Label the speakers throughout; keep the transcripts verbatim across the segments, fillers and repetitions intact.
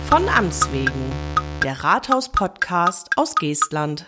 Speaker 1: Von Amts wegen, der Rathaus-Podcast aus Geestland.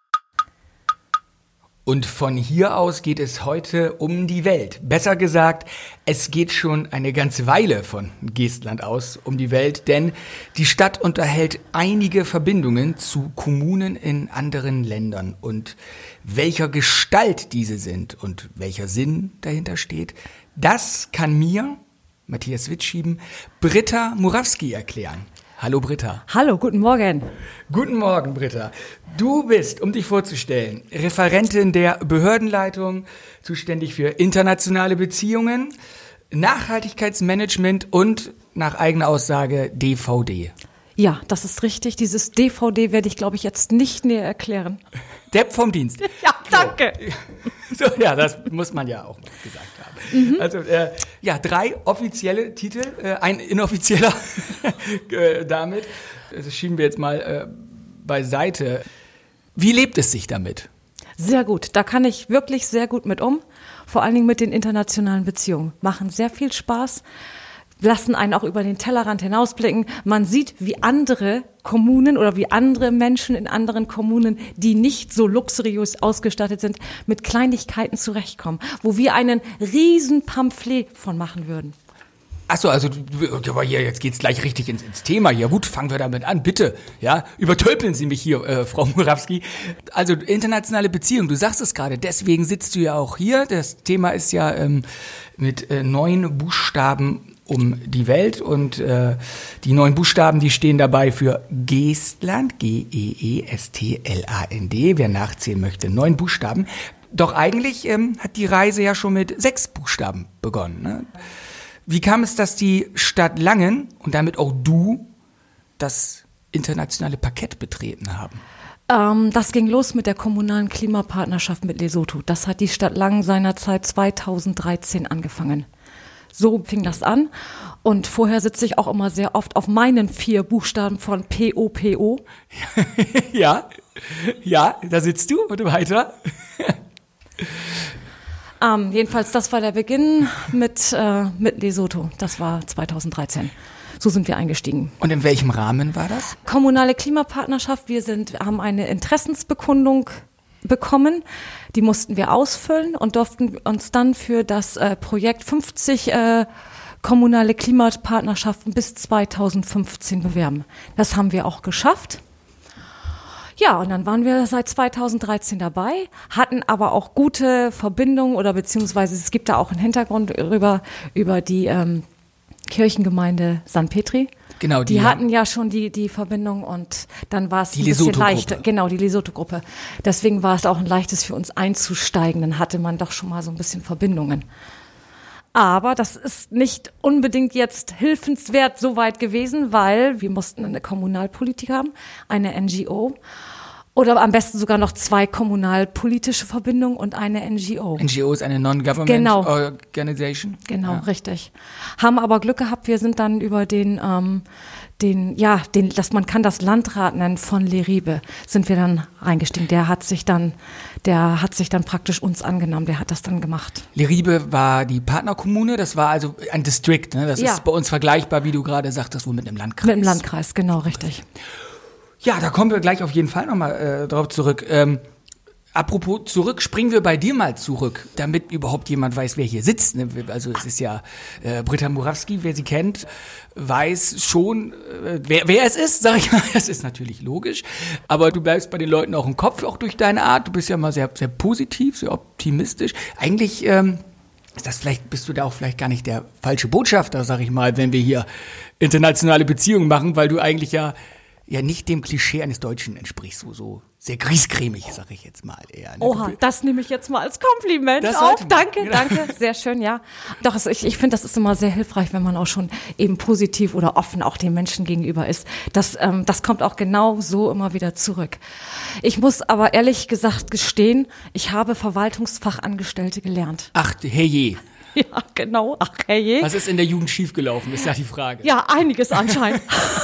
Speaker 2: Und von hier aus geht es heute um die Welt. Besser gesagt, es geht schon eine ganze Weile von Geestland aus um die Welt, denn die Stadt unterhält einige Verbindungen zu Kommunen in anderen Ländern. Und welcher Gestalt diese sind und welcher Sinn dahinter steht, das kann mir, Matthias Witschieben, Britta Murawski erklären. Hallo Britta.
Speaker 3: Hallo, guten Morgen.
Speaker 2: Guten Morgen, Britta. Du bist, um dich vorzustellen, Referentin der Behördenleitung, zuständig für internationale Beziehungen, Nachhaltigkeitsmanagement und nach eigener Aussage D V D.
Speaker 3: Ja, das ist richtig. Dieses D V D werde ich, glaube ich, jetzt nicht näher erklären.
Speaker 2: Depp vom Dienst.
Speaker 3: Ja, danke.
Speaker 2: So, ja, das muss man ja auch gesagt haben. Mhm. Also, äh, ja, drei offizielle Titel, äh, ein inoffizieller äh, damit. Das schieben wir jetzt mal äh, beiseite. Wie lebt es sich damit?
Speaker 3: Sehr gut. Da kann ich wirklich sehr gut mit um. Vor allen Dingen mit den internationalen Beziehungen. Machen sehr viel Spaß. Lassen einen auch über den Tellerrand hinausblicken. Man sieht, wie andere Kommunen oder wie andere Menschen in anderen Kommunen, die nicht so luxuriös ausgestattet sind, mit Kleinigkeiten zurechtkommen, wo wir einen riesen Pamphlet von machen würden.
Speaker 2: Ach so, also aber hier, jetzt geht's gleich richtig ins, ins Thema. Ja gut, fangen wir damit an, bitte. Ja, übertölpeln Sie mich hier, äh, Frau Murawski. Also internationale Beziehungen, du sagst es gerade, deswegen sitzt du ja auch hier. Das Thema ist ja ähm, mit äh, neun Buchstaben um die Welt und äh, die neun Buchstaben, die stehen dabei für Geestland, G E E S T L A N D, wer nachzählen möchte, neun Buchstaben. Doch eigentlich ähm, hat die Reise ja schon mit sechs Buchstaben begonnen, ne? Wie kam es, dass die Stadt Langen und damit auch du das internationale Parkett betreten haben?
Speaker 3: Ähm, das ging los mit der kommunalen Klimapartnerschaft mit Lesotho. Das hat die Stadt Langen seinerzeit zweitausenddreizehn angefangen. So fing das an. Und vorher sitze ich auch immer sehr oft auf meinen vier Buchstaben von P O P O.
Speaker 2: Ja, ja, da sitzt du und weiter.
Speaker 3: Ähm, jedenfalls, das war der Beginn mit, äh, mit Lesotho. Das war zweitausenddreizehn. So sind wir eingestiegen.
Speaker 2: Und in welchem Rahmen war das?
Speaker 3: Kommunale Klimapartnerschaft. Wir sind, haben eine Interessensbekundung bekommen. Die mussten wir ausfüllen und durften uns dann für das äh, Projekt fünfzig äh, kommunale Klimapartnerschaften bis zweitausendfünfzehn bewerben. Das haben wir auch geschafft. Ja, und dann waren wir seit zweitausenddreizehn dabei, hatten aber auch gute Verbindungen oder beziehungsweise es gibt da auch einen Hintergrund über, über die ähm, Kirchengemeinde Sankt Petri.
Speaker 2: Genau, die,
Speaker 3: die hatten ja schon die, die Verbindung und dann war es
Speaker 2: die
Speaker 3: ein bisschen
Speaker 2: Lesotho-Gruppe.
Speaker 3: leichter. Genau, die Lesotho-Gruppe. Deswegen war es auch ein leichtes für uns einzusteigen. Dann hatte man doch schon mal so ein bisschen Verbindungen. Aber das ist nicht unbedingt jetzt hilfenswert so weit gewesen, weil wir mussten eine Kommunalpolitik haben, eine N G O oder am besten sogar noch zwei kommunalpolitische Verbindungen und eine N G O.
Speaker 2: N G O ist eine Non-Government
Speaker 3: genau.
Speaker 2: Organization?
Speaker 3: Genau,
Speaker 2: ja.
Speaker 3: Richtig. Haben aber Glück gehabt, wir sind dann über den, ähm, den, ja, den, dass man kann das Landrat nennen von Leribe, sind wir dann reingestiegen. Der hat sich dann, der hat sich dann praktisch uns angenommen, der hat das dann gemacht.
Speaker 2: Leribe war die Partnerkommune, das war also ein District, ne? Das
Speaker 3: ja.
Speaker 2: ist bei uns vergleichbar, wie du gerade sagtest, wo mit einem Landkreis.
Speaker 3: Mit dem Landkreis, genau, richtig.
Speaker 2: Ja, da kommen wir gleich auf jeden Fall nochmal äh, drauf zurück. Ähm, apropos zurück, springen wir bei dir mal zurück, damit überhaupt jemand weiß, wer hier sitzt. Ne? Also es ist ja äh, Britta Murawski, wer sie kennt, weiß schon, äh, wer, wer es ist, sag ich mal. Das ist natürlich logisch, aber du bleibst bei den Leuten auch im Kopf, auch durch deine Art. Du bist ja mal sehr, sehr positiv, sehr optimistisch. Eigentlich ähm, ist das vielleicht, bist du da auch vielleicht gar nicht der falsche Botschafter, sag ich mal, wenn wir hier internationale Beziehungen machen, weil du eigentlich ja ja nicht dem Klischee eines Deutschen entsprichst, so, so sehr griesgrämig, sag ich jetzt mal eher. Ne?
Speaker 3: Oha, das nehme ich jetzt mal als Kompliment das auf. Danke, genau. Danke, sehr schön, ja. Doch, es, ich, ich finde, das ist immer sehr hilfreich, wenn man auch schon eben positiv oder offen auch den Menschen gegenüber ist. Das, ähm, das kommt auch genau so immer wieder zurück. Ich muss aber ehrlich gesagt gestehen, ich habe Verwaltungsfachangestellte gelernt.
Speaker 2: Ach, herrje.
Speaker 3: Ja, genau, ach herrje.
Speaker 2: Was ist in der Jugend schiefgelaufen, ist ja die Frage.
Speaker 3: Ja, einiges anscheinend.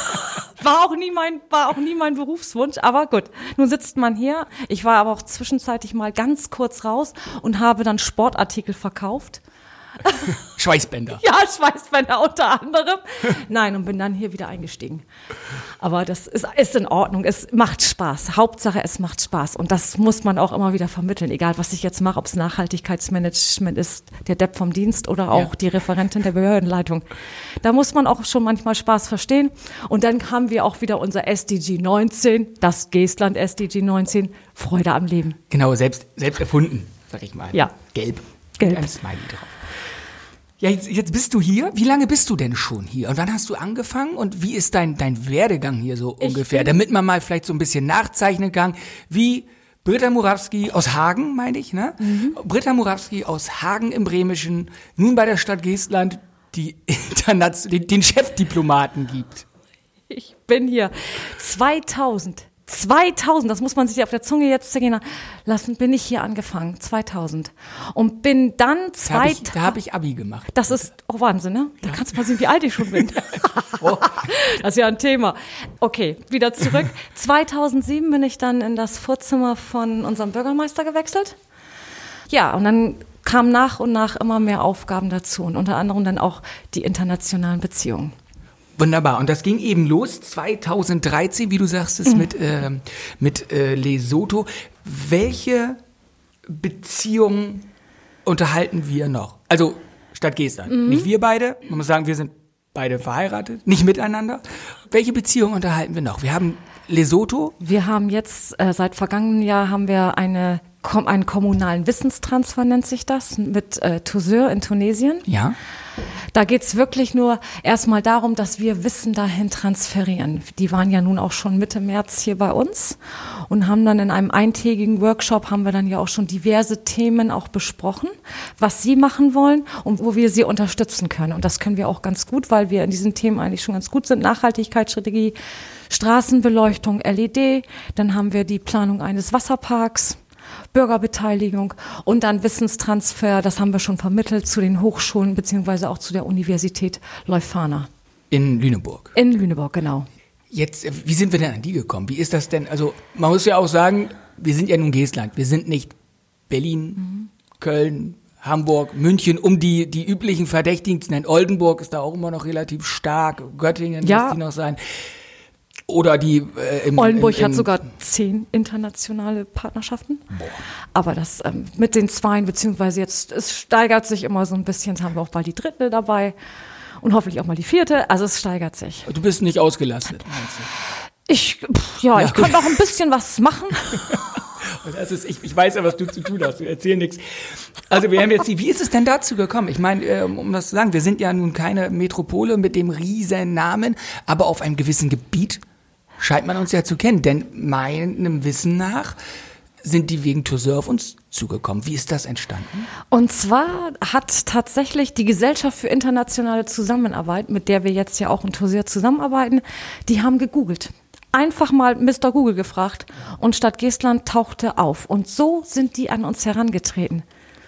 Speaker 3: War auch nie mein, war auch nie mein Berufswunsch, aber gut. Nun sitzt man hier. Ich war aber auch zwischenzeitlich mal ganz kurz raus und habe dann Sportartikel verkauft.
Speaker 2: Schweißbänder.
Speaker 3: Ja, Schweißbänder unter anderem. Nein, und bin dann hier wieder eingestiegen. Aber das ist, ist in Ordnung. Es macht Spaß. Hauptsache, es macht Spaß. Und das muss man auch immer wieder vermitteln. Egal, was ich jetzt mache, ob es Nachhaltigkeitsmanagement ist, der Depp vom Dienst oder auch ja. die Referentin der Behördenleitung. Da muss man auch schon manchmal Spaß verstehen. Und dann haben wir auch wieder unser S D G neunzehn, das Geestland S D G neunzehn, Freude am Leben.
Speaker 2: Genau, selbst, selbst erfunden, sag ich mal.
Speaker 3: Ja.
Speaker 2: Gelb.
Speaker 3: Gelb.
Speaker 2: Mit einem Smiley drauf. Ja, jetzt, jetzt bist du hier. Wie lange bist du denn schon hier? Und wann hast du angefangen? Und wie ist dein, dein Werdegang hier so ich ungefähr? Damit man mal vielleicht so ein bisschen nachzeichnen kann, wie Britta Murawski aus Hagen, meine ich, ne? Mhm. Britta Murawski aus Hagen im Bremischen, nun bei der Stadt Geestland, die Internation, den, den Chefdiplomaten gibt.
Speaker 3: Ich bin hier zweitausend. zweitausend, das muss man sich auf der Zunge jetzt zergehen lassen, bin ich hier angefangen, zweitausend. Und bin dann zwei...
Speaker 2: Da habe ich Abi gemacht.
Speaker 3: Das ist auch Wahnsinn, ne? Da ja. kannst du mal sehen, wie alt ich schon bin. Oh. Das ist ja ein Thema. Okay, wieder zurück. zweitausendsieben bin ich dann in das Vorzimmer von unserem Bürgermeister gewechselt. Ja, und dann kamen nach und nach immer mehr Aufgaben dazu und unter anderem dann auch die internationalen Beziehungen.
Speaker 2: Wunderbar. Und das ging eben los zweitausenddreizehn, wie du sagst, mhm. mit, äh, mit äh, Lesotho. Welche Beziehungen unterhalten wir noch? Also Stadt Geestland. Mhm. Nicht wir beide. Man muss sagen, wir sind beide verheiratet, nicht miteinander. Welche Beziehungen unterhalten wir noch? Wir haben Lesotho.
Speaker 3: Wir haben jetzt, äh, seit vergangenem Jahr haben wir eine, kom- einen kommunalen Wissenstransfer, nennt sich das, mit äh, Tozeur in Tunesien.
Speaker 2: Ja.
Speaker 3: Da geht's wirklich nur erstmal darum, dass wir Wissen dahin transferieren. Die waren ja nun auch schon Mitte März hier bei uns und haben dann in einem eintägigen Workshop haben wir dann ja auch schon diverse Themen auch besprochen, was sie machen wollen und wo wir sie unterstützen können. Und das können wir auch ganz gut, weil wir in diesen Themen eigentlich schon ganz gut sind. Nachhaltigkeitsstrategie, Straßenbeleuchtung, L E D, dann haben wir die Planung eines Wasserparks, Bürgerbeteiligung und dann Wissenstransfer, das haben wir schon vermittelt zu den Hochschulen beziehungsweise auch zu der Universität Leuphana.
Speaker 2: In Lüneburg.
Speaker 3: In Lüneburg, genau.
Speaker 2: Jetzt, wie sind wir denn an die gekommen? Wie ist das denn? Also man muss ja auch sagen, wir sind ja nun Geestland. Wir sind nicht Berlin, mhm. Köln, Hamburg, München, um die, die üblichen Verdächtigen zu nennen. Oldenburg ist da auch immer noch relativ stark. Göttingen
Speaker 3: ja.
Speaker 2: muss die noch sein. Oder die äh, im,
Speaker 3: Oldenburg
Speaker 2: im, im,
Speaker 3: hat sogar zehn internationale Partnerschaften.
Speaker 2: Boah.
Speaker 3: Aber das ähm, mit den Zweien, beziehungsweise jetzt, es steigert sich immer so ein bisschen. Jetzt haben wir auch bald die dritte dabei und hoffentlich auch mal die vierte. Also es steigert sich.
Speaker 2: Du bist nicht ausgelastet, meinst du?
Speaker 3: Ich, pff, ja, ja, ich könnte auch ein bisschen was machen.
Speaker 2: Das ist, ich, ich weiß ja, was du zu tun hast. Du erzähl nichts. Also wir haben jetzt, wie ist es denn dazu gekommen? Ich meine, äh, um das zu sagen, wir sind ja nun keine Metropole mit dem riesen Namen, aber auf einem gewissen Gebiet scheint man uns ja zu kennen. Denn meinem Wissen nach sind die wegen Tozeur auf uns zugekommen. Wie ist das entstanden? Und
Speaker 3: zwar hat tatsächlich die Gesellschaft für internationale Zusammenarbeit, mit der wir jetzt ja auch in Tozeur zusammenarbeiten, die haben gegoogelt. Einfach mal Mister Google gefragt und Stadt Geestland tauchte auf. Und so sind die an uns herangetreten.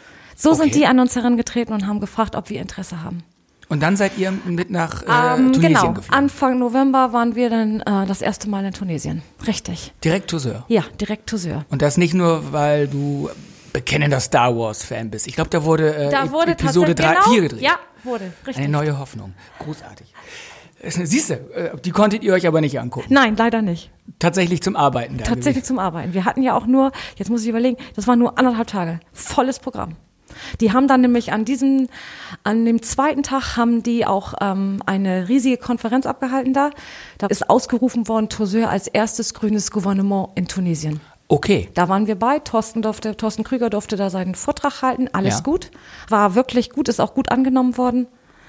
Speaker 3: So okay. sind die an uns herangetreten und haben gefragt, ob wir Interesse haben.
Speaker 2: Und dann seid ihr mit nach äh, ähm, Tunesien
Speaker 3: genau.
Speaker 2: geflogen?
Speaker 3: Anfang November waren wir dann äh, das erste Mal in Tunesien. Richtig.
Speaker 2: Direkt Tozeur?
Speaker 3: Ja, direkt Tozeur.
Speaker 2: Und das nicht nur, weil du bekennender Star Wars-Fan bist. Ich glaube, da wurde, äh,
Speaker 3: da wurde
Speaker 2: Episode drei,
Speaker 3: genau,
Speaker 2: vier gedreht.
Speaker 3: Ja, wurde. Richtig.
Speaker 2: Eine neue Hoffnung. Großartig. Siehst du, die konntet ihr euch aber nicht angucken.
Speaker 3: Nein, leider nicht.
Speaker 2: Tatsächlich zum Arbeiten. Da
Speaker 3: Tatsächlich gewesen. Zum Arbeiten. Wir hatten ja auch nur, jetzt muss ich überlegen, das waren nur anderthalb Tage. Volles Programm. Die haben dann nämlich an diesem, an dem zweiten Tag haben die auch ähm, eine riesige Konferenz abgehalten da. Da ist ausgerufen worden, Tozeur als erstes grünes Gouvernement in Tunesien.
Speaker 2: Okay.
Speaker 3: Da waren wir bei. Thorsten durfte, Thorsten Krüger durfte da seinen Vortrag halten. Alles ja. gut. War wirklich gut, ist auch gut angenommen worden.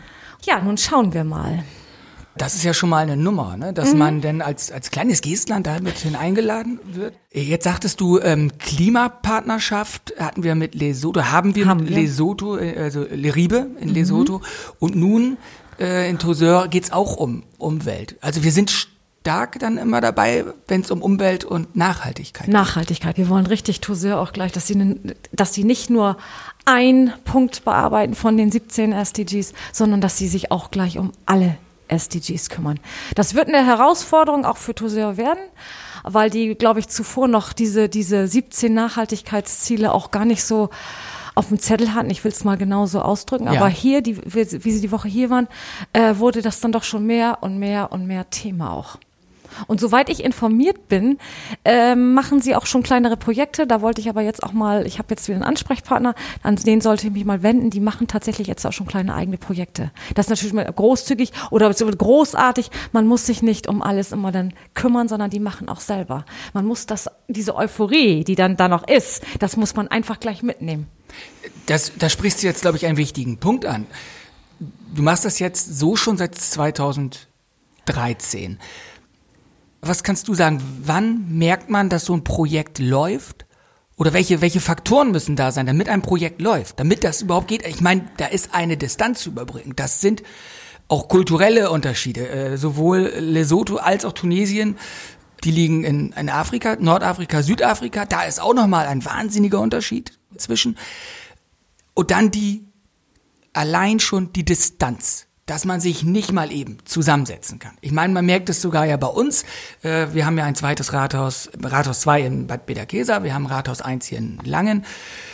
Speaker 3: Ja, nun schauen wir mal.
Speaker 2: Das ist ja schon mal eine Nummer, ne? Dass mhm. man denn als, als kleines Geestland da mit hin eingeladen wird. Jetzt sagtest du, ähm, Klimapartnerschaft hatten wir mit Lesotho, haben wir haben mit wir. Lesotho, also Leribe in mhm. Lesotho. Und nun äh, in Tozeur geht's auch um Umwelt. Also wir sind stark dann immer dabei, wenn es um Umwelt und Nachhaltigkeit geht.
Speaker 3: Nachhaltigkeit. Wir wollen richtig Tozeur auch gleich, dass sie, dass sie nicht nur einen Punkt bearbeiten von den siebzehn S D Gs, sondern dass sie sich auch gleich um alle S D Gs kümmern. Das wird eine Herausforderung auch für Tozeur werden, weil die, glaube ich, zuvor noch diese, diese siebzehn Nachhaltigkeitsziele auch gar nicht so auf dem Zettel hatten, ich will es mal genau so ausdrücken,
Speaker 2: Ja.
Speaker 3: aber hier, die, wie, wie sie die Woche hier waren, äh, wurde das dann doch schon mehr und mehr und mehr Thema auch. Und soweit ich informiert bin, äh, machen sie auch schon kleinere Projekte. Da wollte ich aber jetzt auch mal, ich habe jetzt wieder einen Ansprechpartner, an den sollte ich mich mal wenden. Die machen tatsächlich jetzt auch schon kleine eigene Projekte. Das ist natürlich mal großzügig oder großartig. Man muss sich nicht um alles immer dann kümmern, sondern die machen auch selber. Man muss das, diese Euphorie, die dann da noch ist, das muss man einfach gleich mitnehmen.
Speaker 2: Das, da sprichst du jetzt, glaube ich, einen wichtigen Punkt an. Du machst das jetzt so schon seit zweitausenddreizehn. Was kannst du sagen, wann merkt man, dass so ein Projekt läuft? Oder welche, welche Faktoren müssen da sein, damit ein Projekt läuft? Damit das überhaupt geht? Ich meine, da ist eine Distanz zu überbringen. Das sind auch kulturelle Unterschiede. Äh, sowohl Lesotho als auch Tunesien, die liegen in, in Afrika, Nordafrika, Südafrika. Da ist auch nochmal ein wahnsinniger Unterschied zwischen. Und dann die, allein schon die Distanz. Dass man sich nicht mal eben zusammensetzen kann. Ich meine, man merkt es sogar ja bei uns. Äh, wir haben ja ein zweites Rathaus, Rathaus zwei in Bad Bederkesa, wir haben Rathaus eins hier in Langen.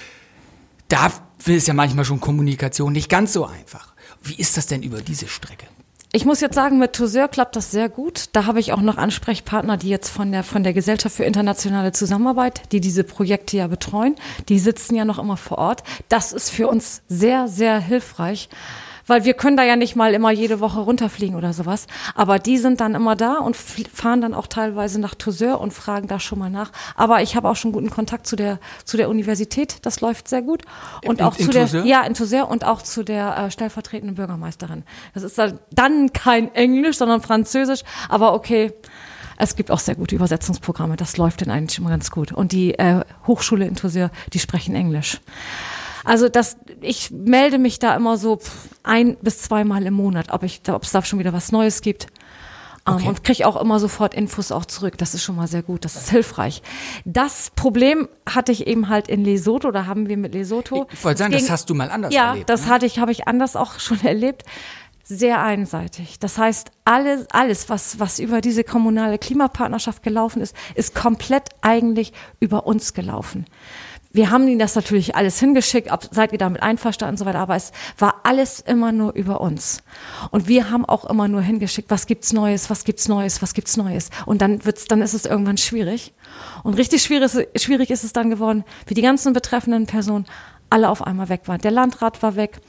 Speaker 2: Da ist ja manchmal schon Kommunikation nicht ganz so einfach. Wie ist das denn über diese Strecke?
Speaker 3: Ich muss jetzt sagen, mit Tozeur klappt das sehr gut. Da habe ich auch noch Ansprechpartner, die jetzt von der, von der Gesellschaft für internationale Zusammenarbeit, die diese Projekte ja betreuen, die sitzen ja noch immer vor Ort. Das ist für uns sehr, sehr hilfreich. Weil wir können da ja nicht mal immer jede Woche runterfliegen oder sowas. Aber die sind dann immer da und fahren dann auch teilweise nach Tozeur und fragen da schon mal nach. Aber ich habe auch schon guten Kontakt zu der zu der Universität. Das läuft sehr gut. Und
Speaker 2: in,
Speaker 3: auch
Speaker 2: in
Speaker 3: zu der
Speaker 2: Tozeur?
Speaker 3: ja in Tozeur und auch zu der äh, stellvertretenden Bürgermeisterin. Das ist dann, dann kein Englisch, sondern Französisch. Aber okay. Es gibt auch sehr gute Übersetzungsprogramme. Das läuft dann eigentlich immer ganz gut. Und die äh, Hochschule in Tozeur, die sprechen Englisch. Also das, ich melde mich da immer so ein bis zweimal im Monat, ob ich, ob es da schon wieder was Neues gibt. Okay. Um, und kriege auch immer sofort Infos auch zurück. Das ist schon mal sehr gut, das ist hilfreich. Das Problem hatte ich eben halt in Lesotho, da haben wir mit Lesotho.
Speaker 2: Ich wollte sagen,
Speaker 3: ging,
Speaker 2: das hast du mal anders
Speaker 3: ja,
Speaker 2: erlebt.
Speaker 3: Ja, das
Speaker 2: ne?
Speaker 3: hatte ich, habe ich anders auch schon erlebt. Sehr einseitig. Das heißt, alles, alles, was, was über diese kommunale Klimapartnerschaft gelaufen ist, ist komplett eigentlich über uns gelaufen. Wir haben ihnen das natürlich alles hingeschickt, ab, seid ihr damit einverstanden und so weiter, aber es war alles immer nur über uns. Und wir haben auch immer nur hingeschickt, was gibt's Neues, was gibt's Neues, was gibt's Neues. Und dann wird's, dann ist es irgendwann schwierig. Und richtig schwierig, schwierig ist es dann geworden, wie die ganzen betreffenden Personen alle auf einmal weg waren. Der Landrat war weg,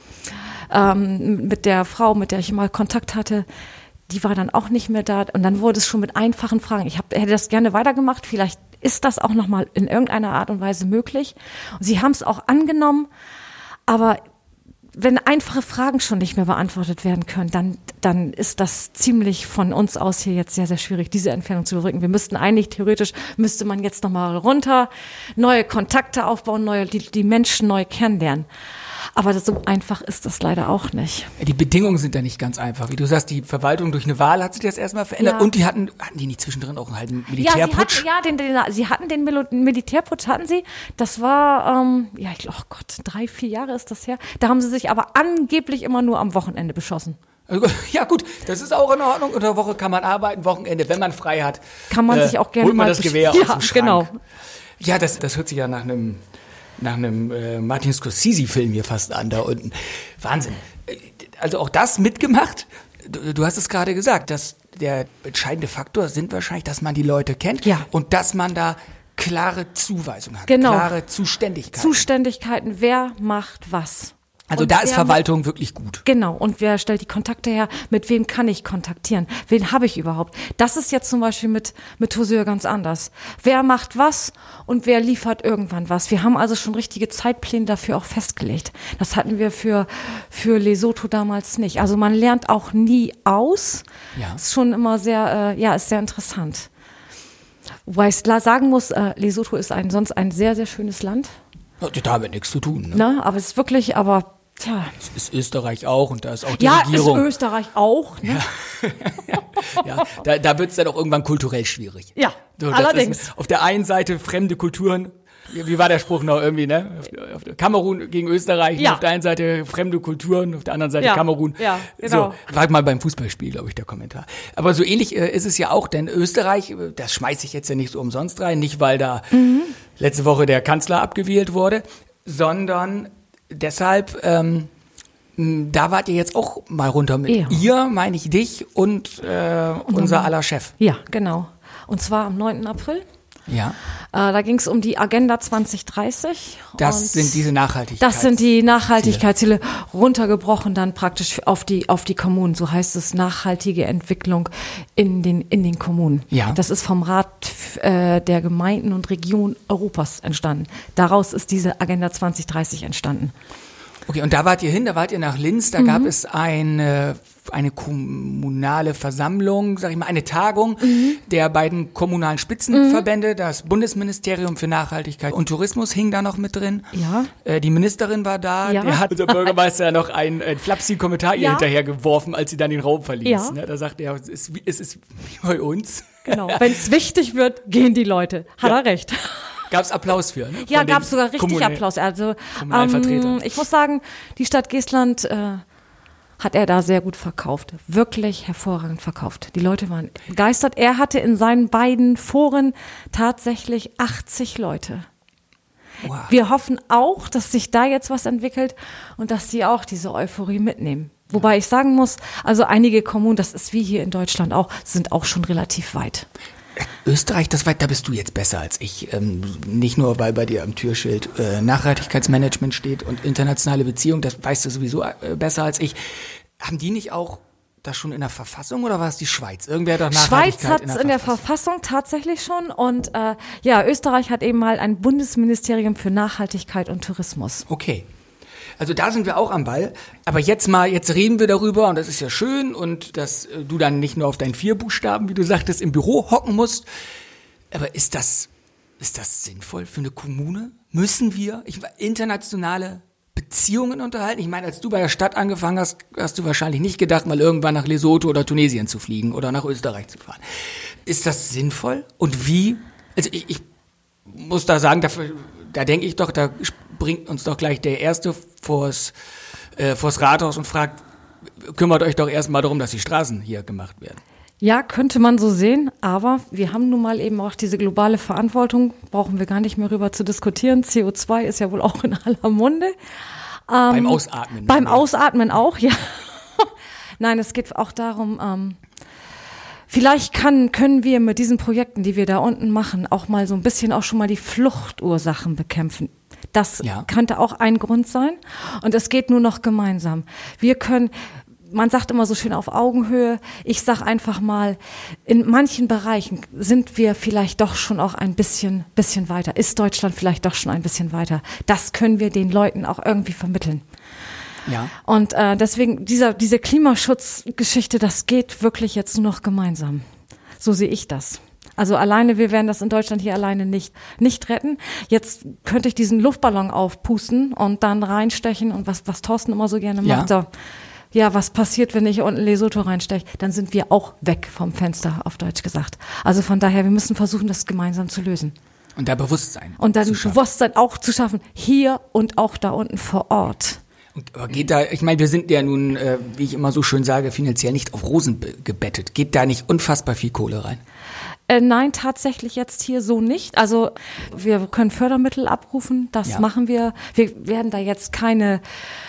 Speaker 3: ähm, mit der Frau, mit der ich mal Kontakt hatte, die war dann auch nicht mehr da. Und dann wurde es schon mit einfachen Fragen. Ich hab, hätte das gerne weitergemacht. Vielleicht ist das auch nochmal in irgendeiner Art und Weise möglich. Und sie haben es auch angenommen. Aber wenn einfache Fragen schon nicht mehr beantwortet werden können, dann, dann ist das ziemlich von uns aus hier jetzt sehr, sehr schwierig, diese Entfernung zu überbrücken. Wir müssten eigentlich, theoretisch, müsste man jetzt nochmal runter, neue Kontakte aufbauen, neue, die, die Menschen neu kennenlernen. Aber das, so einfach ist das leider auch nicht.
Speaker 2: Die Bedingungen sind da nicht ganz einfach. Wie du sagst, die Verwaltung durch eine Wahl hat sich das erstmal verändert.
Speaker 3: Ja.
Speaker 2: Und die hatten, hatten die nicht zwischendrin auch einen halben Militärputsch?
Speaker 3: Ja, sie hatten, ja, den, den, sie hatten den Mil- Militärputsch, hatten sie. Das war, ähm, ja, ich glaube, oh Gott, drei, vier Jahre ist das her. Da haben sie sich aber angeblich immer nur am Wochenende beschossen.
Speaker 2: Ja gut, das ist auch in Ordnung. Unter der Woche kann man arbeiten, Wochenende, wenn man frei hat.
Speaker 3: Kann man
Speaker 2: äh,
Speaker 3: sich auch gerne
Speaker 2: holt man
Speaker 3: mal
Speaker 2: das Gewehr
Speaker 3: besch-
Speaker 2: aus
Speaker 3: ja,
Speaker 2: dem Schrank.
Speaker 3: Genau.
Speaker 2: Ja, das, das hört sich ja nach einem nach einem äh, Martin Scorsese-Film hier fast an, da unten. Wahnsinn. Also auch das mitgemacht. Du, du hast es gerade gesagt, dass der entscheidende Faktor sind wahrscheinlich, dass man die Leute kennt
Speaker 3: Ja.
Speaker 2: und dass man da klare Zuweisungen hat,
Speaker 3: Genau.
Speaker 2: klare Zuständigkeiten.
Speaker 3: Zuständigkeiten, wer macht was.
Speaker 2: Also
Speaker 3: Und
Speaker 2: da ist
Speaker 3: wer
Speaker 2: Verwaltung wirklich gut.
Speaker 3: Genau, und wer stellt die Kontakte her? Mit wem kann ich kontaktieren? Wen habe ich überhaupt? Das ist jetzt zum Beispiel mit, mit Tozeur ganz anders. Wer macht was und wer liefert irgendwann was? Wir haben also schon richtige Zeitpläne dafür auch festgelegt. Das hatten wir für, für Lesotho damals nicht. Also man lernt auch nie aus.
Speaker 2: Ja.
Speaker 3: Ist schon immer sehr, äh, ja, ist sehr interessant. Wobei ich sagen muss, äh, Lesotho ist ein, sonst ein sehr, sehr schönes Land.
Speaker 2: Ja, da haben wir nichts zu tun. Ne?
Speaker 3: Ne? Aber es ist wirklich, aber tja.
Speaker 2: Das ist Österreich auch und da ist auch die
Speaker 3: Ja,
Speaker 2: Regierung.
Speaker 3: ist Österreich auch. Ne?
Speaker 2: Ja, da, da wird es dann auch irgendwann kulturell schwierig.
Speaker 3: Ja,
Speaker 2: so, das
Speaker 3: allerdings.
Speaker 2: Ist auf der einen Seite fremde Kulturen, wie, wie war der Spruch noch irgendwie, ne? Auf, auf der Kamerun gegen Österreich,
Speaker 3: Ja.
Speaker 2: auf der einen Seite fremde Kulturen, auf der anderen Seite
Speaker 3: Ja,
Speaker 2: Kamerun.
Speaker 3: ja, genau.
Speaker 2: So, war mal beim Fußballspiel, glaube ich, der Kommentar. Aber so ähnlich äh, ist es ja auch, denn Österreich, äh, das schmeiße ich jetzt ja nicht so umsonst rein, nicht weil da mhm. letzte Woche der Kanzler abgewählt wurde, sondern deshalb, ähm, da wart ihr jetzt auch mal runter mit.
Speaker 3: Ja.
Speaker 2: Ihr, meine ich dich und äh, unser aller Chef.
Speaker 3: Ja, genau. Und zwar am neunten April.
Speaker 2: Ja.
Speaker 3: Äh, da ging es um die Agenda zwanzig dreißig.
Speaker 2: Das
Speaker 3: und
Speaker 2: sind diese Nachhaltigkeitsziele.
Speaker 3: Das sind die Nachhaltigkeitsziele, runtergebrochen dann praktisch auf die, auf die Kommunen. So heißt es, nachhaltige Entwicklung in den, in den Kommunen.
Speaker 2: Ja.
Speaker 3: Das ist vom Rat äh, der Gemeinden und Regionen Europas entstanden. Daraus ist diese Agenda zwanzig dreißig entstanden.
Speaker 2: Okay, und da wart ihr hin, da wart ihr nach Linz, da mhm. gab es eine, eine kommunale Versammlung, sag ich mal, eine Tagung mhm. der beiden kommunalen Spitzenverbände, mhm. das Bundesministerium für Nachhaltigkeit und Tourismus hing da noch mit drin.
Speaker 3: Ja.
Speaker 2: Äh, die Ministerin war da,
Speaker 3: ja.
Speaker 2: der hat unser Bürgermeister ja noch einen, einen flapsigen Kommentar ihr
Speaker 3: ja.
Speaker 2: hinterher geworfen, als sie dann den Raum verließ.
Speaker 3: Ja.
Speaker 2: Ne? Da sagte er, es ist, wie, es ist wie bei uns.
Speaker 3: Genau, wenn es wichtig wird, gehen die Leute. Hat
Speaker 2: ja.
Speaker 3: er recht.
Speaker 2: Gab es Applaus für, ne?
Speaker 3: Ja, gab es sogar richtig
Speaker 2: Kommune,
Speaker 3: Applaus. Also
Speaker 2: ähm,
Speaker 3: ich muss sagen, die Stadt Geestland äh, hat er da sehr gut verkauft. Wirklich hervorragend verkauft. Die Leute waren begeistert. Er hatte in seinen beiden Foren tatsächlich achtzig Leute. Wow. Wir hoffen auch, dass sich da jetzt was entwickelt und dass sie auch diese Euphorie mitnehmen. Wobei ich sagen muss, also einige Kommunen, das ist wie hier in Deutschland auch, sind auch schon relativ weit.
Speaker 2: Österreich, das weit, da bist du jetzt besser als ich. Ähm, nicht nur, weil bei dir am Türschild äh, Nachhaltigkeitsmanagement steht und internationale Beziehungen, das weißt du sowieso äh, besser als ich. Haben die nicht auch das schon in der Verfassung oder war es die Schweiz? Irgendwer hat doch Nachhaltigkeit
Speaker 3: Schweiz hat es in, in der Verfassung tatsächlich schon und äh, ja, Österreich hat eben mal ein Bundesministerium für Nachhaltigkeit und Tourismus.
Speaker 2: Okay. Also da sind wir auch am Ball. Aber jetzt mal, jetzt reden wir darüber und das ist ja schön und dass äh, du dann nicht nur auf deinen vier Buchstaben, wie du sagtest, im Büro hocken musst. Aber ist das, ist das sinnvoll für eine Kommune? Müssen wir ich, internationale Beziehungen unterhalten? Ich meine, als du bei der Stadt angefangen hast, hast du wahrscheinlich nicht gedacht, mal irgendwann nach Lesotho oder Tunesien zu fliegen oder nach Österreich zu fahren. Ist das sinnvoll? Und wie? Also ich, ich muss da sagen, da, da denke ich doch, da bringt uns doch gleich der Erste vors, äh, vors Rathaus und fragt, kümmert euch doch erstmal darum, dass die Straßen hier gemacht werden.
Speaker 3: Ja, könnte man so sehen, aber wir haben nun mal eben auch diese globale Verantwortung, brauchen wir gar nicht mehr rüber zu diskutieren. C O zwei ist ja wohl auch in aller Munde. Ähm,
Speaker 2: beim Ausatmen.
Speaker 3: Beim mehr. Ausatmen auch, ja. Nein, es geht auch darum, ähm, vielleicht kann, können wir mit diesen Projekten, die wir da unten machen, auch mal so ein bisschen auch schon mal die Fluchtursachen bekämpfen. Das ja. könnte auch ein Grund sein. Und es geht nur noch gemeinsam. Wir können, man sagt immer so schön auf Augenhöhe. Ich sag einfach mal, in manchen Bereichen sind wir vielleicht doch schon auch ein bisschen, bisschen weiter. Ist Deutschland vielleicht doch schon ein bisschen weiter? Das können wir den Leuten auch irgendwie vermitteln.
Speaker 2: Ja.
Speaker 3: Und äh, deswegen, dieser, diese Klimaschutzgeschichte, das geht wirklich jetzt nur noch gemeinsam. So sehe ich das. Also alleine, wir werden das in Deutschland hier alleine nicht, nicht retten. Jetzt könnte ich diesen Luftballon aufpusten und dann reinstechen und was, was Thorsten immer so gerne macht. Ja, so, ja, was passiert, wenn ich unten Lesotho reinsteche? Dann sind wir auch weg vom Fenster, auf Deutsch gesagt. Also von daher, wir müssen versuchen, das gemeinsam zu lösen.
Speaker 2: Und da Bewusstsein
Speaker 3: Und dann Bewusstsein auch zu schaffen, hier und auch da unten vor Ort.
Speaker 2: Aber geht da, ich meine, wir sind ja nun, äh, wie ich immer so schön sage, finanziell nicht auf Rosen be- gebettet. Geht da nicht unfassbar viel Kohle rein?
Speaker 3: Äh, nein, tatsächlich jetzt hier so nicht. Also wir können Fördermittel abrufen, das ja. machen wir. Wir werden da jetzt keine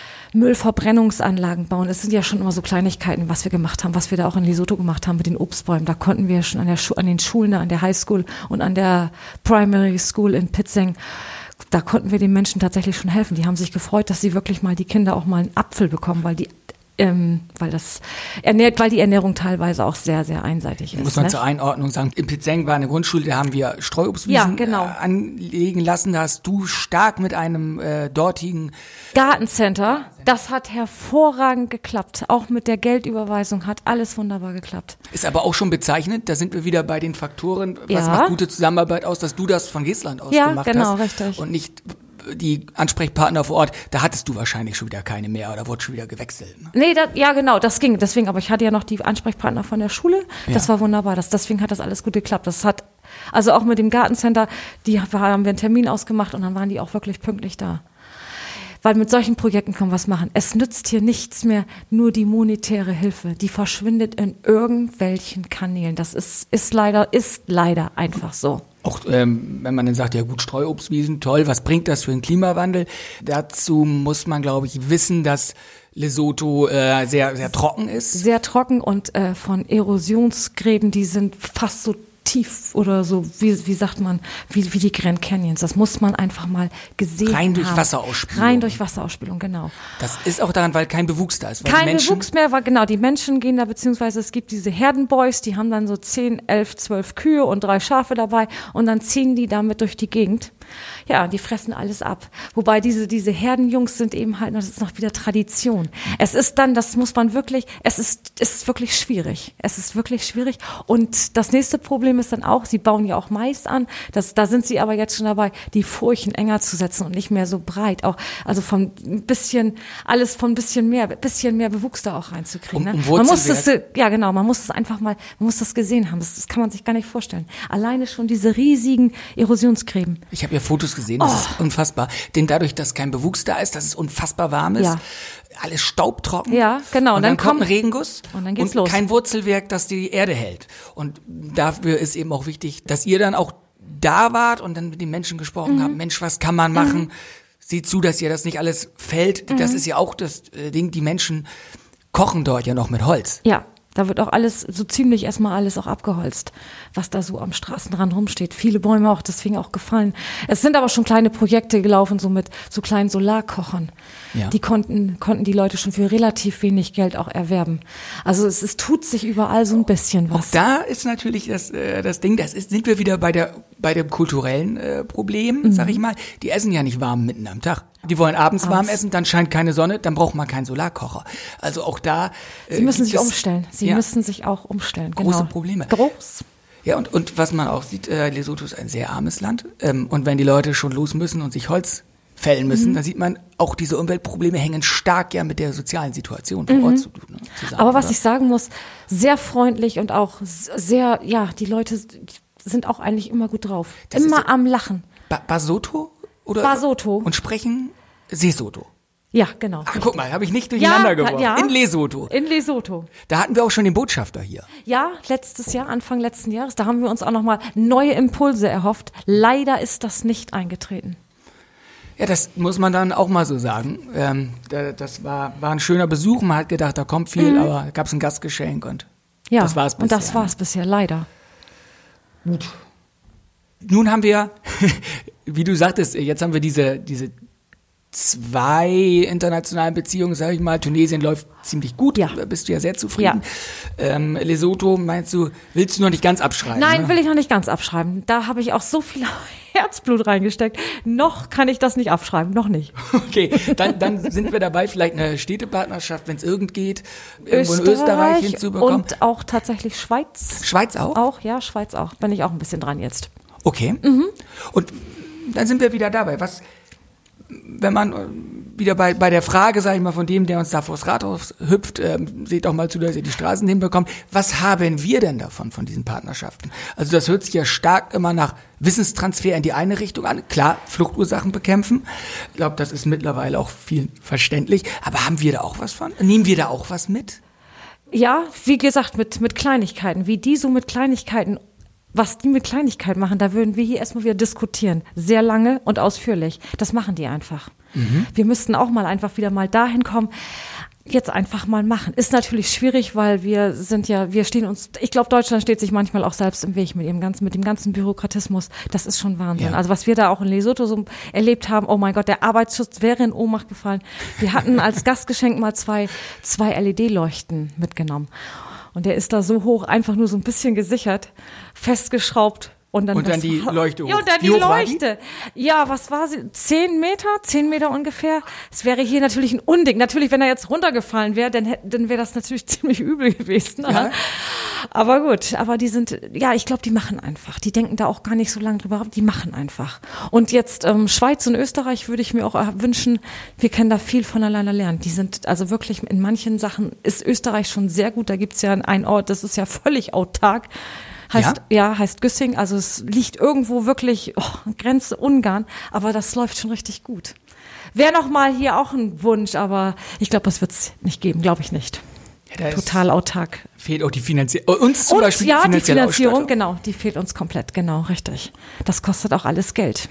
Speaker 3: Müllverbrennungsanlagen bauen. Es sind ja schon immer so Kleinigkeiten, was wir gemacht haben, was wir da auch in Lesotho gemacht haben mit den Obstbäumen. Da konnten wir schon an, der Schu- an den Schulen, an der Highschool und an der Primary School in Pitseng, da konnten wir den Menschen tatsächlich schon helfen. Die haben sich gefreut, dass sie wirklich mal die Kinder auch mal einen Apfel bekommen, weil die Ähm, weil das ernährt, weil die Ernährung teilweise auch sehr, sehr einseitig ist.
Speaker 2: Muss man
Speaker 3: ne?
Speaker 2: zur Einordnung sagen, in Pitseng war eine Grundschule, da haben wir Streuobstwiesen
Speaker 3: ja, genau.
Speaker 2: äh, anlegen lassen. Da hast du stark mit einem äh, dortigen
Speaker 3: Gartencenter, das hat hervorragend geklappt. Auch mit der Geldüberweisung hat alles wunderbar geklappt.
Speaker 2: Ist aber auch schon bezeichnend, da sind wir wieder bei den Faktoren, was
Speaker 3: ja.
Speaker 2: macht gute Zusammenarbeit aus, dass du das von Geestland aus
Speaker 3: ja,
Speaker 2: gemacht
Speaker 3: genau,
Speaker 2: hast.
Speaker 3: Richtig.
Speaker 2: Und nicht die Ansprechpartner vor Ort, da hattest du wahrscheinlich schon wieder keine mehr oder wurde schon wieder gewechselt. Ne?
Speaker 3: Nee, das, ja genau, das ging. Deswegen, aber ich hatte ja noch die Ansprechpartner von der Schule. Das
Speaker 2: ja.
Speaker 3: war wunderbar. Das, deswegen hat das alles gut geklappt. Das hat, also auch mit dem Gartencenter, die haben wir einen Termin ausgemacht und dann waren die auch wirklich pünktlich da. Weil mit solchen Projekten kann man was machen. Es nützt hier nichts mehr, nur die monetäre Hilfe. Die verschwindet in irgendwelchen Kanälen. Das ist, ist leider, ist leider einfach so.
Speaker 2: Auch ähm, wenn man dann sagt, ja gut, Streuobstwiesen, toll, was bringt das für den Klimawandel? Dazu muss man, glaube ich, wissen, dass Lesotho äh, sehr, sehr trocken ist.
Speaker 3: Sehr trocken und äh, von Erosionsgräben, die sind fast so tief oder so, wie, wie sagt man, wie, wie die Grand Canyons. Das muss man einfach mal gesehen haben.
Speaker 2: Rein durch Wasserausspülung.
Speaker 3: Rein durch Wasserausspülung, genau.
Speaker 2: Das ist auch daran, weil kein Bewuchs da ist. Weil
Speaker 3: Kein
Speaker 2: die Menschen
Speaker 3: Bewuchs mehr, weil genau, die Menschen gehen da, beziehungsweise es gibt diese Herdenboys, die haben dann so zehn, elf, zwölf Kühe und drei Schafe dabei und dann ziehen die damit durch die Gegend. Ja, die fressen alles ab. Wobei diese, diese Herdenjungs sind eben halt, das ist noch wieder Tradition. Es ist dann, das muss man wirklich, es ist, es ist wirklich schwierig. Es ist wirklich schwierig. Und das nächste Problem ist dann auch, sie bauen ja auch Mais an. Das, da sind sie aber jetzt schon dabei, die Furchen enger zu setzen und nicht mehr so breit. Auch, also von ein bisschen, alles von ein bisschen mehr, bisschen mehr Bewuchs da auch reinzukriegen.
Speaker 2: Um, um
Speaker 3: ne? Man muss das,
Speaker 2: Wurzelwert.
Speaker 3: ja genau, man muss es einfach mal, man muss das gesehen haben. Das, das kann man sich gar nicht vorstellen. Alleine schon diese riesigen Erosionsgräben.
Speaker 2: Ich habe ja Fotos gesehen, das
Speaker 3: Oh.
Speaker 2: ist unfassbar. Denn dadurch, dass kein Bewuchs da ist, dass es unfassbar warm ist,
Speaker 3: Ja.
Speaker 2: alles staubtrocken.
Speaker 3: Ja, genau.
Speaker 2: Und,
Speaker 3: Und
Speaker 2: dann,
Speaker 3: dann
Speaker 2: kommt ein
Speaker 3: kommt-
Speaker 2: Regenguss
Speaker 3: und dann geht's
Speaker 2: und
Speaker 3: los.
Speaker 2: kein Wurzelwerk, das die Erde hält. Und dafür ist eben auch wichtig, dass ihr dann auch da wart und dann mit den Menschen gesprochen
Speaker 3: Mhm.
Speaker 2: habt. Mensch, was kann man machen? Seht zu, dass ihr das nicht alles fällt.
Speaker 3: Mhm.
Speaker 2: Das ist ja auch das äh, Ding, die Menschen kochen dort ja noch mit Holz.
Speaker 3: Ja, da wird auch alles, so ziemlich erstmal alles auch abgeholzt, was da so am Straßenrand rumsteht. Viele Bäume auch, deswegen auch gefallen. Es sind aber schon kleine Projekte gelaufen, so mit so kleinen Solarkochern.
Speaker 2: Ja.
Speaker 3: Die konnten, konnten die Leute schon für relativ wenig Geld auch erwerben. Also es, es tut sich überall so ein bisschen
Speaker 2: Auch
Speaker 3: was.
Speaker 2: da ist natürlich das, äh, das Ding, das ist, sind wir wieder bei der, bei dem kulturellen äh, Problem,
Speaker 3: Mhm.
Speaker 2: sag ich mal. Die essen ja nicht warm mitten am Tag. Die wollen abends warm
Speaker 3: Abends.
Speaker 2: essen, dann scheint keine Sonne, dann braucht man keinen Solarkocher. Also auch da. Äh,
Speaker 3: Sie müssen
Speaker 2: gibt
Speaker 3: sich
Speaker 2: es,
Speaker 3: umstellen. Sie
Speaker 2: ja,
Speaker 3: müssen sich auch umstellen.
Speaker 2: Große
Speaker 3: genau.
Speaker 2: Probleme.
Speaker 3: Groß.
Speaker 2: Ja, und, und was man auch sieht, äh, Lesotho ist ein sehr armes Land. Ähm, und wenn die Leute schon los müssen und sich Holz fällen müssen,
Speaker 3: Mhm.
Speaker 2: dann sieht man, auch diese Umweltprobleme hängen stark ja mit der sozialen Situation vor Ort zu, ne, zusammen.
Speaker 3: Mhm. Aber was
Speaker 2: oder?
Speaker 3: ich sagen muss, sehr freundlich und auch sehr, ja, die Leute sind auch eigentlich immer gut drauf.
Speaker 2: Das ist
Speaker 3: Immer
Speaker 2: so-
Speaker 3: am Lachen.
Speaker 2: Ba Basotho? Oder?
Speaker 3: Basotho.
Speaker 2: Und sprechen Sesotho.
Speaker 3: Ja, genau.
Speaker 2: Ach, guck mal, habe ich nicht durcheinander
Speaker 3: Ja,
Speaker 2: geworfen.
Speaker 3: ja.
Speaker 2: In Lesotho.
Speaker 3: In Lesotho.
Speaker 2: Da hatten wir auch schon den Botschafter hier.
Speaker 3: Ja, letztes Jahr, Anfang letzten Jahres, da haben wir uns auch nochmal neue Impulse erhofft. Leider ist das nicht eingetreten.
Speaker 2: Ja, das muss man dann auch mal so sagen. Ähm, da, das war, war ein schöner Besuch. Man hat gedacht, da kommt viel, aber da gab es ein Gastgeschenk und
Speaker 3: Ja,
Speaker 2: das war's bisher.
Speaker 3: und das war es bisher, leider.
Speaker 2: Nun haben wir, wie du sagtest, jetzt haben wir diese, diese zwei internationalen Beziehungen, sage ich mal. Tunesien läuft ziemlich gut,
Speaker 3: Ja.
Speaker 2: da bist du ja sehr zufrieden. Ähm, Lesotho, meinst du, willst du noch nicht ganz abschreiben?
Speaker 3: Nein,
Speaker 2: ne?
Speaker 3: will ich noch nicht ganz abschreiben. Da habe ich auch so viel Herzblut reingesteckt. Noch kann ich das nicht abschreiben, noch nicht.
Speaker 2: Okay, dann, dann sind wir dabei, vielleicht eine Städtepartnerschaft, wenn es irgend geht, irgendwo in Österreich hinzubekommen.
Speaker 3: Und auch tatsächlich Schweiz.
Speaker 2: Schweiz auch?
Speaker 3: Auch, ja, Schweiz auch. Bin ich auch ein bisschen dran jetzt.
Speaker 2: Okay.
Speaker 3: Mhm.
Speaker 2: Und dann sind wir wieder dabei. Was, wenn man äh, wieder bei, bei der Frage, sage ich mal, von dem, der uns da vors Rathaus hüpft, ähm, seht doch mal zu, dass ihr die Straßen hinbekommt. Was haben wir denn davon, von diesen Partnerschaften? Also das hört sich ja stark immer nach Wissenstransfer in die eine Richtung an. Klar, Fluchtursachen bekämpfen. Ich glaube, das ist mittlerweile auch viel verständlich. Aber haben wir da auch was von? Nehmen wir da auch was mit?
Speaker 3: Ja, wie gesagt, mit, mit Kleinigkeiten. Wie die so mit Kleinigkeiten, was die mit Kleinigkeiten machen, da würden wir hier erstmal wieder diskutieren. Sehr lange und ausführlich. Das machen die einfach. Mhm. Wir müssten auch mal einfach wieder mal dahin kommen. Jetzt einfach mal machen. Ist natürlich schwierig, weil wir sind ja, wir stehen uns, ich glaube, Deutschland steht sich manchmal auch selbst im Weg mit dem ganzen, mit dem ganzen Bürokratismus. Das ist schon Wahnsinn.
Speaker 2: Ja.
Speaker 3: Also was wir da auch in Lesotho so erlebt haben, oh mein Gott, der Arbeitsschutz wäre in Ohnmacht gefallen. Wir hatten als Gastgeschenk mal zwei, zwei L E D-Leuchten mitgenommen. Und der ist da so hoch, einfach nur so ein bisschen gesichert, festgeschraubt. Und dann,
Speaker 2: Und dann
Speaker 3: das
Speaker 2: die
Speaker 3: war-
Speaker 2: Leuchte hoch.
Speaker 3: Ja, und dann
Speaker 2: Wie
Speaker 3: die
Speaker 2: hoch war die?
Speaker 3: Leuchte. Ja, was war sie? Zehn Meter? Zehn Meter ungefähr. Es wäre hier natürlich ein Unding. Natürlich, wenn er jetzt runtergefallen wäre, dann, hätt- dann wäre das natürlich ziemlich übel gewesen.
Speaker 2: Ja.
Speaker 3: Aber gut, aber die sind, ja, ich glaube, die machen einfach. Die denken da auch gar nicht so lange drüber, die machen einfach. Und jetzt ähm, Schweiz und Österreich würde ich mir auch äh, wünschen, wir können da viel voneinander lernen. Die sind also wirklich, in manchen Sachen ist Österreich schon sehr gut. Da gibt's ja einen Ort, das ist ja völlig autark. Heißt, ja? ja, heißt Güssing. Also es liegt irgendwo wirklich, oh, Grenze Ungarn. Aber das läuft schon richtig gut. Wäre noch mal hier auch ein Wunsch, aber ich glaube, das wird's nicht geben, glaube ich nicht.
Speaker 2: Ja, da
Speaker 3: total autark.
Speaker 2: Fehlt auch die Finanzierung. Uns zum
Speaker 3: Und
Speaker 2: Beispiel
Speaker 3: ja,
Speaker 2: die
Speaker 3: die
Speaker 2: finanzielle
Speaker 3: Finanzierung,
Speaker 2: Ausstattung.
Speaker 3: genau, die fehlt uns komplett, genau, richtig. Das kostet auch alles Geld.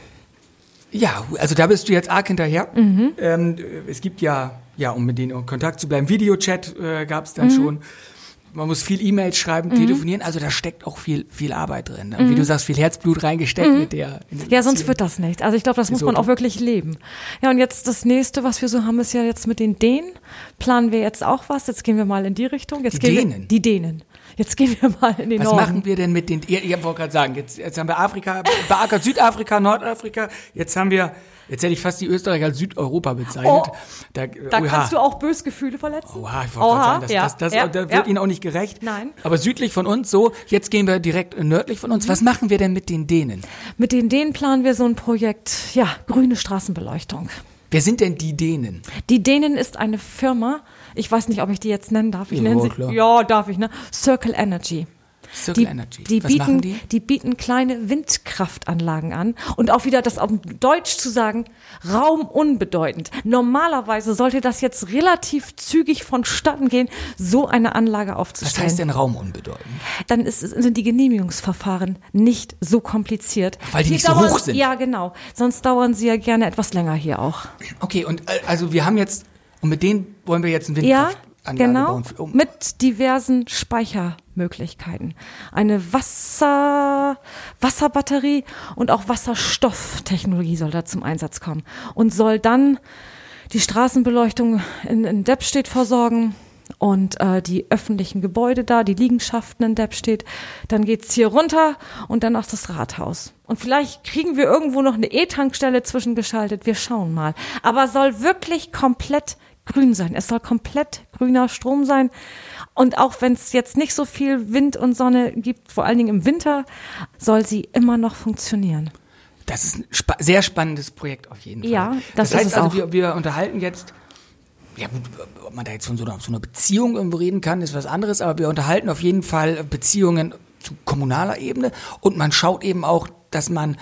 Speaker 2: Ja, also da bist du jetzt arg hinterher.
Speaker 3: Mhm.
Speaker 2: Ähm, es gibt ja, ja, um mit denen in Kontakt zu bleiben, Videochat äh, gab es dann mhm. schon. Man muss viel E-Mails schreiben, mhm. telefonieren, also da steckt auch viel viel Arbeit drin. Mhm. Wie du sagst, viel Herzblut reingesteckt
Speaker 3: mhm.
Speaker 2: mit der.
Speaker 3: Ja, sonst wird das nicht. Also ich glaube, das muss man auch wirklich leben. Ja, und jetzt das nächste, was wir so haben, ist ja jetzt mit den Dänen. Planen wir jetzt auch was? Jetzt gehen wir mal in die Richtung. Jetzt
Speaker 2: die
Speaker 3: gehen
Speaker 2: Dänen?
Speaker 3: Wir, die Dänen. Jetzt gehen wir mal in den
Speaker 2: Was
Speaker 3: Norden.
Speaker 2: Was machen wir denn mit den, ich wollte gerade sagen, jetzt, jetzt haben wir Afrika, beackert Südafrika, Nordafrika, jetzt haben wir, jetzt hätte ich fast die Österreicher als Südeuropa bezeichnet.
Speaker 3: Oh,
Speaker 2: da
Speaker 3: da kannst du auch böse Gefühle verletzen.
Speaker 2: Oha, ich wollte gerade sagen, das,
Speaker 3: ja,
Speaker 2: das, das,
Speaker 3: ja,
Speaker 2: das wird
Speaker 3: ja.
Speaker 2: ihnen auch nicht gerecht.
Speaker 3: Nein.
Speaker 2: Aber südlich von uns so, jetzt gehen wir direkt nördlich von uns. Was machen wir denn mit den Dänen?
Speaker 3: Mit den Dänen planen wir so ein Projekt, ja, grüne Straßenbeleuchtung.
Speaker 2: Wer sind denn die Dänen?
Speaker 3: Die Dänen ist eine Firma, ich weiß nicht, ob ich die jetzt nennen darf. Ich
Speaker 2: ja,
Speaker 3: nenne sie,
Speaker 2: klar.
Speaker 3: ja, darf ich, ne? Circle Energy.
Speaker 2: Circle
Speaker 3: Die,
Speaker 2: Energy.
Speaker 3: die,
Speaker 2: Was
Speaker 3: bieten,
Speaker 2: machen die?
Speaker 3: Die bieten kleine Windkraftanlagen an. Und auch wieder das auf Deutsch zu sagen, raumunbedeutend. Normalerweise sollte das jetzt relativ zügig vonstatten gehen, so eine Anlage aufzustellen.
Speaker 2: Was heißt denn raumunbedeutend?
Speaker 3: Dann ist, sind die Genehmigungsverfahren nicht so kompliziert.
Speaker 2: Weil die, die nicht so
Speaker 3: dauern,
Speaker 2: hoch sind.
Speaker 3: Ja, genau. Sonst dauern sie ja gerne etwas länger hier auch.
Speaker 2: Okay, und also wir haben jetzt, und mit denen wollen wir jetzt ein
Speaker 3: Ja,
Speaker 2: Windkraft
Speaker 3: genau,
Speaker 2: bauen. Um.
Speaker 3: mit diversen Speichermöglichkeiten. Eine Wasser, Wasserbatterie und auch Wasserstofftechnologie soll da zum Einsatz kommen und soll dann die Straßenbeleuchtung in, in Deppstedt versorgen und äh, die öffentlichen Gebäude da, die Liegenschaften in Deppstedt. Dann geht's hier runter und dann auf das Rathaus. Und vielleicht kriegen wir irgendwo noch eine E-Tankstelle zwischengeschaltet. Wir schauen mal. Aber soll wirklich komplett grün sein. Es soll komplett grüner Strom sein. Und auch wenn es jetzt nicht so viel Wind und Sonne gibt, vor allen Dingen im Winter, soll sie immer noch funktionieren.
Speaker 2: Das ist ein spa- sehr spannendes Projekt auf jeden Fall.
Speaker 3: Ja, das,
Speaker 2: das heißt
Speaker 3: ist es
Speaker 2: also,
Speaker 3: auch.
Speaker 2: wir, wir unterhalten jetzt, ja gut, ob man da jetzt von so einer, so einer Beziehung irgendwo reden kann, ist was anderes, aber wir unterhalten auf jeden Fall Beziehungen zu kommunaler Ebene und man schaut eben auch, dass man,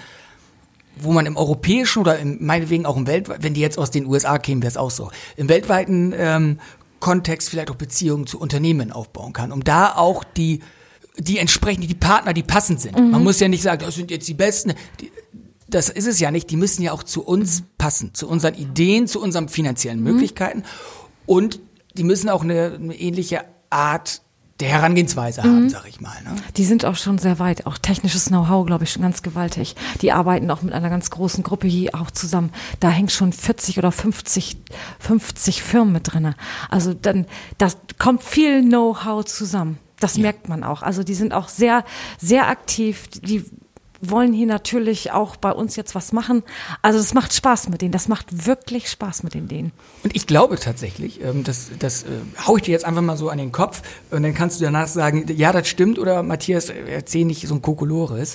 Speaker 2: wo man im europäischen oder im, meinetwegen auch im weltweiten, wenn die jetzt aus den U S A kämen, wäre es auch so, im weltweiten ähm, Kontext vielleicht auch Beziehungen zu Unternehmen aufbauen kann, um da auch die, die entsprechend, die Partner, die passend sind. Mhm. Man muss ja nicht sagen, das sind jetzt die Besten, die, das ist es ja nicht, die müssen ja auch zu uns passen, zu unseren Ideen, zu unseren finanziellen Möglichkeiten und die müssen auch eine, eine ähnliche Art der Herangehensweise haben, mhm. sag ich mal. Ne?
Speaker 3: Die sind auch schon sehr weit, auch technisches Know-how, glaube ich, schon ganz gewaltig. Die arbeiten auch mit einer ganz großen Gruppe hier auch zusammen. Da hängt schon vierzig oder fünfzig, fünfzig Firmen mit drin. Also dann, das kommt viel Know-how zusammen. Das ja. merkt man auch. Also die sind auch sehr, sehr aktiv. Die wollen hier natürlich auch bei uns jetzt was machen. Also das macht Spaß mit denen. Das macht wirklich Spaß mit den denen.
Speaker 2: Und ich glaube tatsächlich, ähm, das, das äh, hau ich dir jetzt einfach mal so an den Kopf und dann kannst du danach sagen, ja, das stimmt oder Matthias, erzähl nicht so ein Kokolores.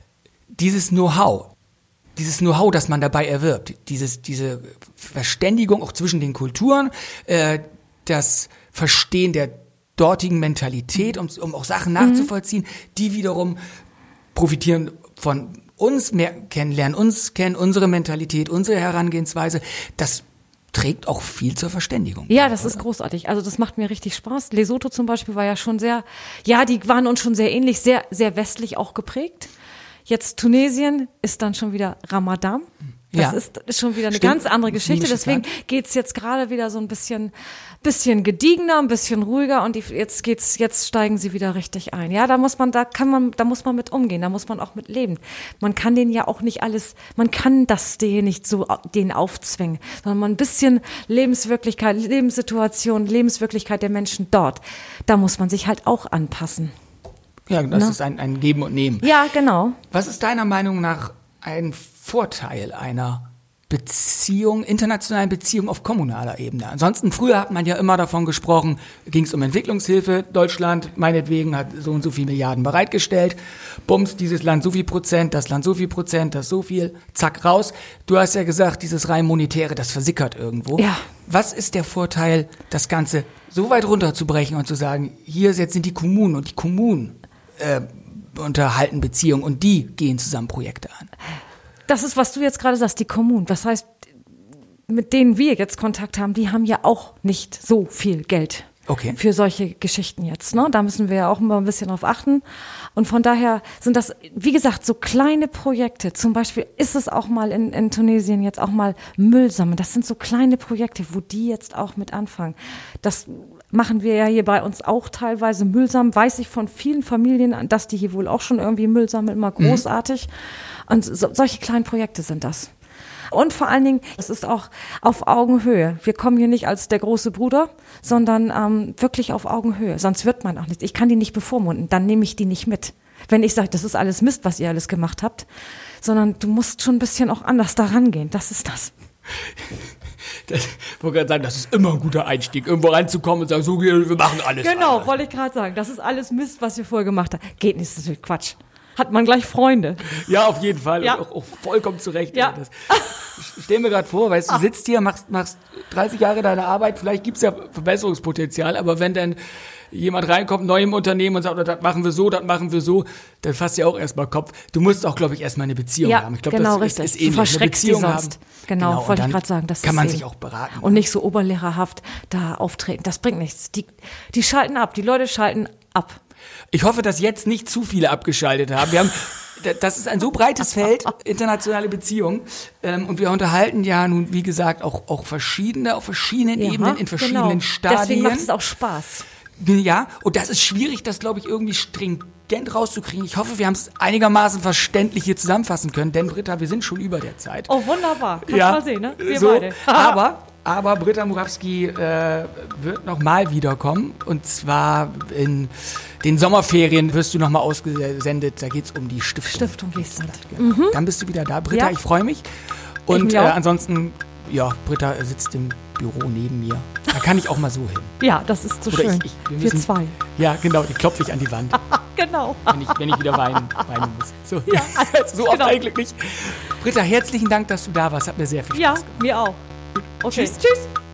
Speaker 2: Dieses Know-how, dieses Know-how, das man dabei erwirbt, dieses, diese Verständigung auch zwischen den Kulturen, äh, das Verstehen der dortigen Mentalität, um, um auch Sachen nachzuvollziehen, mhm. die wiederum profitieren von uns, mehr kennenlernen, uns kennen, unsere Mentalität, unsere Herangehensweise, das trägt auch viel zur Verständigung.
Speaker 3: Ja, das ist großartig. Also das macht mir richtig Spaß. Lesotho zum Beispiel war ja schon sehr, ja, die waren uns schon sehr ähnlich, sehr, sehr westlich auch geprägt. Jetzt Tunesien ist dann schon wieder Ramadan. Das
Speaker 2: ja.
Speaker 3: ist, ist schon wieder eine
Speaker 2: Stimmt.
Speaker 3: ganz andere Geschichte. Deswegen geht's jetzt gerade wieder so ein bisschen, bisschen gediegener, ein bisschen ruhiger und die, jetzt geht's, jetzt steigen sie wieder richtig ein. Ja, da muss man, da kann man, da muss man mit umgehen, da muss man auch mit leben. Man kann denen ja auch nicht alles, man kann das denen nicht so denen aufzwingen, sondern man ein bisschen Lebenswirklichkeit, Lebenssituation, Lebenswirklichkeit der Menschen dort. Da muss man sich halt auch anpassen.
Speaker 2: Ja, das
Speaker 3: Na?
Speaker 2: ist ein, ein Geben und Nehmen.
Speaker 3: Ja, genau.
Speaker 2: Was ist deiner Meinung nach ein Vorteil einer Beziehung, internationalen Beziehung auf kommunaler Ebene? Ansonsten, früher hat man ja immer davon gesprochen, ging es um Entwicklungshilfe, Deutschland meinetwegen hat so und so viele Milliarden bereitgestellt, bums, dieses Land so viel Prozent, das Land so viel Prozent, das so viel, zack, raus. Du hast ja gesagt, dieses rein monetäre, das versickert irgendwo.
Speaker 3: Ja.
Speaker 2: Was ist der Vorteil, das Ganze so weit runterzubrechen und zu sagen, hier jetzt sind die Kommunen und die Kommunen äh, unterhalten Beziehungen und die gehen zusammen Projekte an?
Speaker 3: Das ist, was du jetzt gerade sagst, die Kommunen. Das heißt, mit denen wir jetzt Kontakt haben, die haben ja auch nicht so viel Geld.
Speaker 2: Okay.
Speaker 3: Für solche Geschichten jetzt. Ne? Da müssen wir ja auch immer ein bisschen drauf achten. Und von daher sind das, wie gesagt, so kleine Projekte. Zum Beispiel ist es auch mal in, in Tunesien jetzt auch mal Müll sammeln. Das sind so kleine Projekte, wo die jetzt auch mit anfangen. Das machen wir ja hier bei uns auch teilweise. Müll sammeln, weiß ich von vielen Familien, dass die hier wohl auch schon irgendwie Müll sammeln, immer großartig. Mhm. Und so, solche kleinen Projekte sind das. Und vor allen Dingen, es ist auch auf Augenhöhe. Wir kommen hier nicht als der große Bruder, sondern ähm, wirklich auf Augenhöhe. Sonst wird man auch nichts. Ich kann die nicht bevormunden, dann nehme ich die nicht mit. Wenn ich sage, das ist alles Mist, was ihr alles gemacht habt, sondern du musst schon ein bisschen auch anders da rangehen. Das ist das.
Speaker 2: Das, ich wollte gerade sagen, das ist immer ein guter Einstieg, irgendwo reinzukommen und sagen, so, wir machen alles.
Speaker 3: Genau,
Speaker 2: anders.
Speaker 3: wollte ich gerade sagen. Das ist alles Mist, was ihr vorher gemacht habt. Geht nicht, das ist natürlich Quatsch. Hat man gleich Freunde.
Speaker 2: Ja, auf jeden Fall.
Speaker 3: Ja.
Speaker 2: Und auch, auch vollkommen zurecht.
Speaker 3: Ja.
Speaker 2: Das, ich stell mir gerade vor, weißt du, du sitzt hier, machst, machst dreißig Jahre deine Arbeit, vielleicht gibt's ja Verbesserungspotenzial, aber wenn dann jemand reinkommt, neu im Unternehmen und sagt, das machen wir so, das machen wir so, dann fasst ja auch erstmal Kopf. Du musst auch, glaube ich, erstmal eine Beziehung
Speaker 3: Ja,
Speaker 2: haben. Ich glaub,
Speaker 3: genau,
Speaker 2: das ist,
Speaker 3: richtig.
Speaker 2: ist ähnlich.
Speaker 3: Du verschreckst
Speaker 2: eine Beziehung
Speaker 3: die sonst.
Speaker 2: haben.
Speaker 3: Genau,
Speaker 2: Genau,
Speaker 3: wollte
Speaker 2: und
Speaker 3: ich
Speaker 2: dann
Speaker 3: gerade sagen. Das
Speaker 2: kann
Speaker 3: ist
Speaker 2: man
Speaker 3: eben.
Speaker 2: sich auch beraten.
Speaker 3: Und nicht so oberlehrerhaft da auftreten. Das bringt nichts. Die, die schalten ab. Die Leute schalten ab.
Speaker 2: Ich hoffe, dass jetzt nicht zu viele abgeschaltet haben. Wir haben, das ist ein so breites Feld, internationale Beziehungen. Ähm, und wir unterhalten ja nun, wie gesagt, auch, auch verschiedene, auf verschiedenen
Speaker 3: Ja,
Speaker 2: Ebenen, in verschiedenen
Speaker 3: genau.
Speaker 2: Stadien.
Speaker 3: Deswegen macht es auch Spaß.
Speaker 2: Ja, und das ist schwierig, das, glaube ich, irgendwie stringent rauszukriegen. Ich hoffe, wir haben es einigermaßen verständlich hier zusammenfassen können, denn Britta, wir sind schon über der Zeit.
Speaker 3: Oh, wunderbar. Kannst
Speaker 2: Ja,
Speaker 3: mal sehen, ne? Wir
Speaker 2: so,
Speaker 3: beide.
Speaker 2: aber, aber Britta Murawski äh, wird noch mal wiederkommen, und zwar in den Sommerferien wirst du noch mal ausgesendet, da geht's um die Stiftung.
Speaker 3: Stiftung Wiesland.
Speaker 2: Genau. Dann bist du wieder da. Britta,
Speaker 3: Ja.
Speaker 2: ich freue mich. Und
Speaker 3: mich
Speaker 2: äh,
Speaker 3: auch.
Speaker 2: ansonsten, ja, Britta sitzt im Büro neben mir. Da kann ich auch mal so hin.
Speaker 3: Ja, das ist so
Speaker 2: Oder
Speaker 3: schön.
Speaker 2: ich- ich- wir
Speaker 3: wir
Speaker 2: müssen-
Speaker 3: zwei.
Speaker 2: Ja, genau, die klopfe ich an die Wand,
Speaker 3: Genau.
Speaker 2: wenn ich, wenn ich wieder weinen, weinen muss. So,
Speaker 3: Ja,
Speaker 2: so oft
Speaker 3: genau.
Speaker 2: eigentlich nicht. Britta, herzlichen Dank, dass du da warst. Hat mir sehr viel Spaß
Speaker 3: Ja,
Speaker 2: gemacht.
Speaker 3: mir auch. Okay.
Speaker 2: Tschüss.
Speaker 3: Tschüss.